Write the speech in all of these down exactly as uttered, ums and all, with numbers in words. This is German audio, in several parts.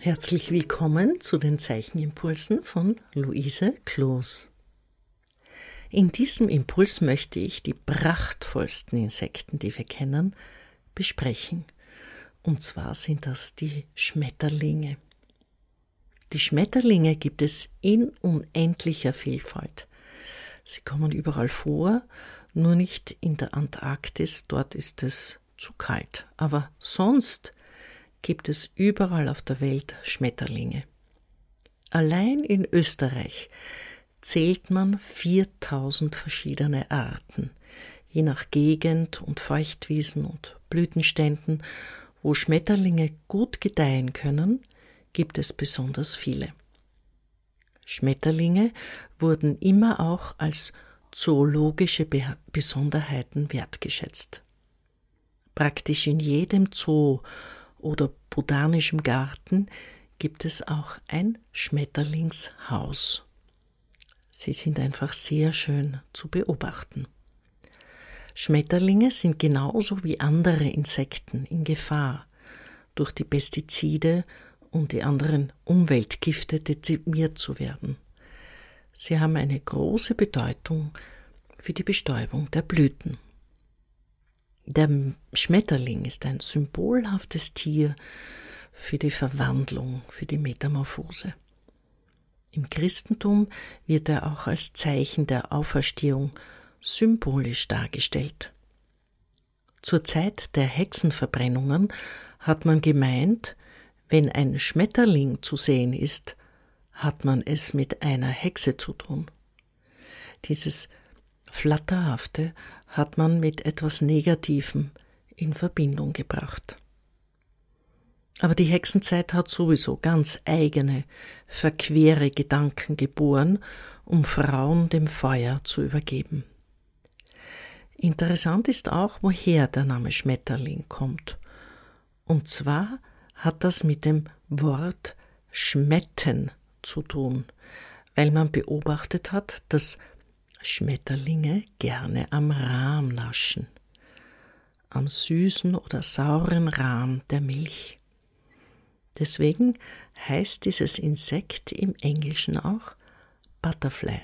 Herzlich willkommen zu den Zeichenimpulsen von Luise Kloos. In diesem Impuls möchte ich die prachtvollsten Insekten, die wir kennen, besprechen. Und zwar sind das die Schmetterlinge. Die Schmetterlinge gibt es in unendlicher Vielfalt. Sie kommen überall vor, nur nicht in der Antarktis, dort ist es zu kalt. Aber sonst gibt es überall auf der Welt Schmetterlinge. Allein in Österreich zählt man viertausend verschiedene Arten, je nach Gegend und Feuchtwiesen und Blütenständen, wo Schmetterlinge gut gedeihen können, gibt es besonders viele. Schmetterlinge wurden immer auch als zoologische Be- Besonderheiten wertgeschätzt. Praktisch in jedem Zoo oder botanischem Garten gibt es auch ein Schmetterlingshaus. Sie sind einfach sehr schön zu beobachten. Schmetterlinge sind genauso wie andere Insekten in Gefahr, durch die Pestizide und die anderen Umweltgifte dezimiert zu werden. Sie haben eine große Bedeutung für die Bestäubung der Blüten. Der Schmetterling ist ein symbolhaftes Tier für die Verwandlung, für die Metamorphose. Im Christentum wird er auch als Zeichen der Auferstehung symbolisch dargestellt. Zur Zeit der Hexenverbrennungen hat man gemeint, wenn ein Schmetterling zu sehen ist, hat man es mit einer Hexe zu tun. Dieses Flatterhafte hat man mit etwas Negativem in Verbindung gebracht. Aber die Hexenzeit hat sowieso ganz eigene, verquere Gedanken geboren, um Frauen dem Feuer zu übergeben. Interessant ist auch, woher der Name Schmetterling kommt. Und zwar hat das mit dem Wort schmetten zu tun, weil man beobachtet hat, dass Schmetterlinge gerne am Rahm naschen, am süßen oder sauren Rahm der Milch. Deswegen heißt dieses Insekt im Englischen auch Butterfly.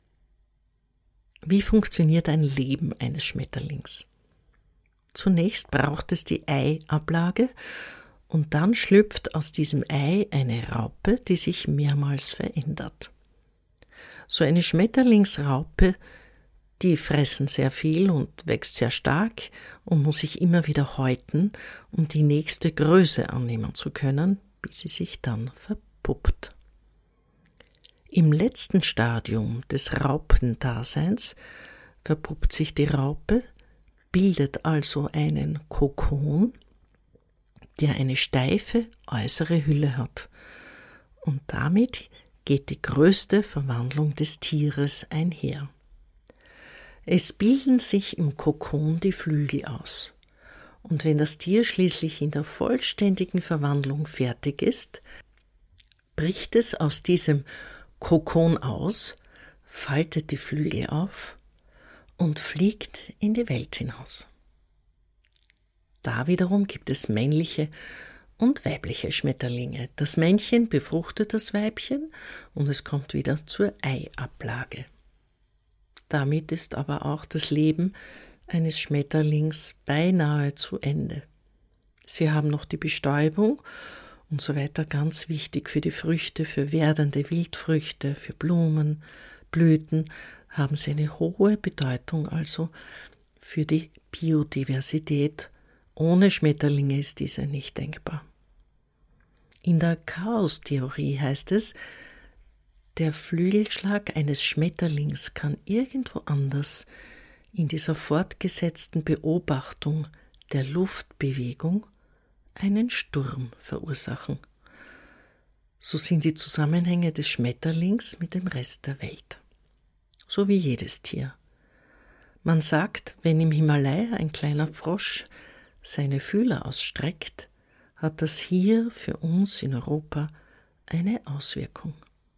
Wie funktioniert ein Leben eines Schmetterlings? Zunächst braucht es die Eiablage und dann schlüpft aus diesem Ei eine Raupe, die sich mehrmals verändert. So eine Schmetterlingsraupe, die fressen sehr viel und wächst sehr stark und muss sich immer wieder häuten, um die nächste Größe annehmen zu können, bis sie sich dann verpuppt. Im letzten Stadium des Raupendaseins verpuppt sich die Raupe, bildet also einen Kokon, der eine steife äußere Hülle hat. Und damit geht die größte Verwandlung des Tieres einher. Es bilden sich im Kokon die Flügel aus. Und wenn das Tier schließlich in der vollständigen Verwandlung fertig ist, bricht es aus diesem Kokon aus, faltet die Flügel auf und fliegt in die Welt hinaus. Da wiederum gibt es männliche und weibliche Schmetterlinge. Das Männchen befruchtet das Weibchen und es kommt wieder zur Eiablage. Damit ist aber auch das Leben eines Schmetterlings beinahe zu Ende. Sie haben noch die Bestäubung und so weiter, ganz wichtig für die Früchte, für werdende Wildfrüchte, für Blumen, Blüten, haben sie eine hohe Bedeutung also für die Biodiversität. Ohne Schmetterlinge ist diese nicht denkbar. In der Chaostheorie heißt es, der Flügelschlag eines Schmetterlings kann irgendwo anders in dieser fortgesetzten Beobachtung der Luftbewegung einen Sturm verursachen. So sind die Zusammenhänge des Schmetterlings mit dem Rest der Welt. So wie jedes Tier. Man sagt, wenn im Himalaya ein kleiner Frosch seine Fühler ausstreckt, hat das hier für uns in Europa eine Auswirkung.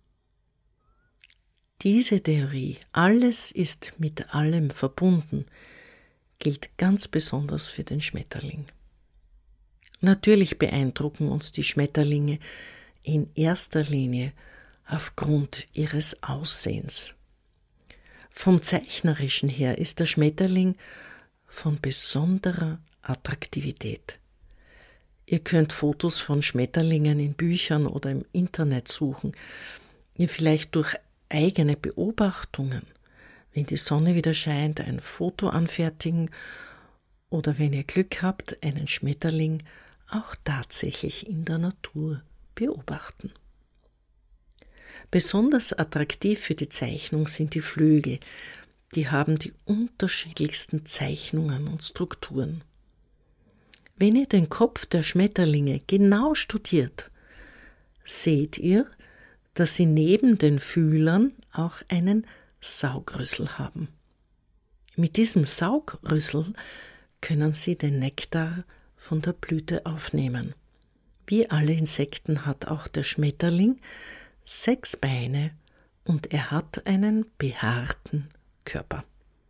Diese Theorie, alles ist mit allem verbunden, gilt ganz besonders für den Schmetterling. Natürlich beeindrucken uns die Schmetterlinge in erster Linie aufgrund ihres Aussehens. Vom Zeichnerischen her ist der Schmetterling von besonderer Attraktivität. Ihr könnt Fotos von Schmetterlingen in Büchern oder im Internet suchen, ihr vielleicht durch eigene Beobachtungen, wenn die Sonne wieder scheint, ein Foto anfertigen oder wenn ihr Glück habt, einen Schmetterling auch tatsächlich in der Natur beobachten. Besonders attraktiv für die Zeichnung sind die Flügel. Die haben die unterschiedlichsten Zeichnungen und Strukturen. Wenn ihr den Kopf der Schmetterlinge genau studiert, seht ihr, dass sie neben den Fühlern auch einen Saugrüssel haben. Mit diesem Saugrüssel können sie den Nektar von der Blüte aufnehmen. Wie alle Insekten hat auch der Schmetterling sechs Beine und er hat einen behaarten Körper.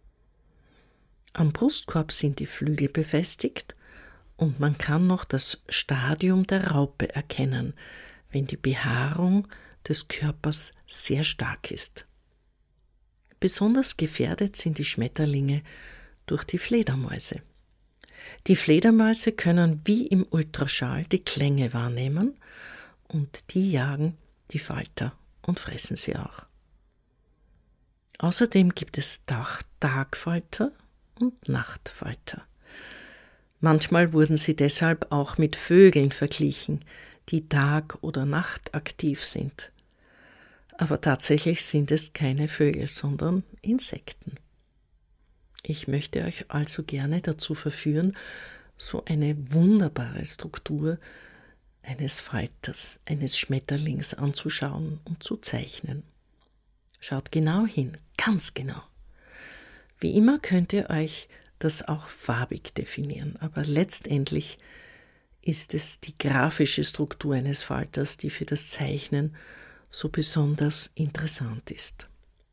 Am Brustkorb sind die Flügel befestigt und man kann noch das Stadium der Raupe erkennen, wenn die Behaarung des Körpers sehr stark ist. Besonders gefährdet sind die Schmetterlinge durch die Fledermäuse. Die Fledermäuse können wie im Ultraschall die Klänge wahrnehmen und die jagen die Falter und fressen sie auch. Außerdem gibt es Tagfalter und Nachtfalter. Manchmal wurden sie deshalb auch mit Vögeln verglichen, die tag- oder nachtaktiv sind. Aber tatsächlich sind es keine Vögel, sondern Insekten. Ich möchte euch also gerne dazu verführen, so eine wunderbare Struktur eines Falters, eines Schmetterlings anzuschauen und zu zeichnen. Schaut genau hin, ganz genau. Wie immer könnt ihr euch das auch farbig definieren, aber letztendlich ist es die grafische Struktur eines Falters, die für das Zeichnen so besonders interessant ist.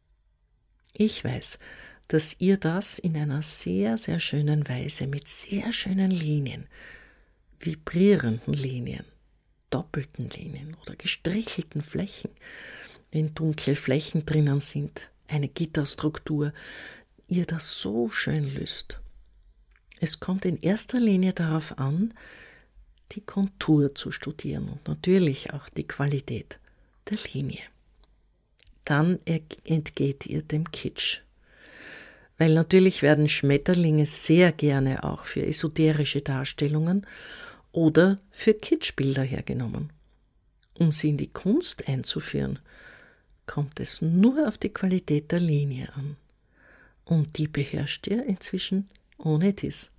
Ich weiß, dass ihr das in einer sehr, sehr schönen Weise mit sehr schönen Linien, vibrierenden Linien, doppelten Linien oder gestrichelten Flächen, wenn dunkle Flächen drinnen sind, eine Gitterstruktur, ihr das so schön löst. Es kommt in erster Linie darauf an, die Kontur zu studieren und natürlich auch die Qualität der Linie. Dann entgeht ihr dem Kitsch. Weil natürlich werden Schmetterlinge sehr gerne auch für esoterische Darstellungen oder für Kitschbilder hergenommen. Um sie in die Kunst einzuführen, kommt es nur auf die Qualität der Linie an. Und die beherrscht ihr inzwischen ohne dies.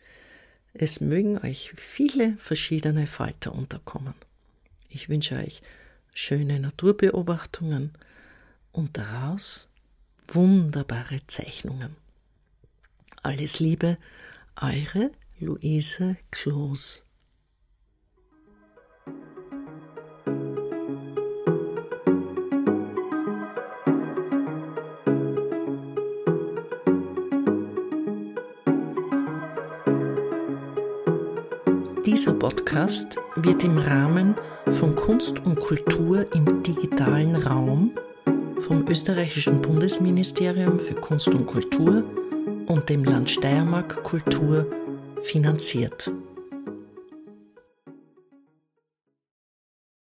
Es mögen euch viele verschiedene Falter unterkommen. Ich wünsche euch schöne Naturbeobachtungen und daraus wunderbare Zeichnungen. Alles Liebe, eure Luise Kloos. Dieser Podcast wird im Rahmen von Kunst und Kultur im digitalen Raum vom Österreichischen Bundesministerium für Kunst und Kultur und dem Land Steiermark Kultur finanziert.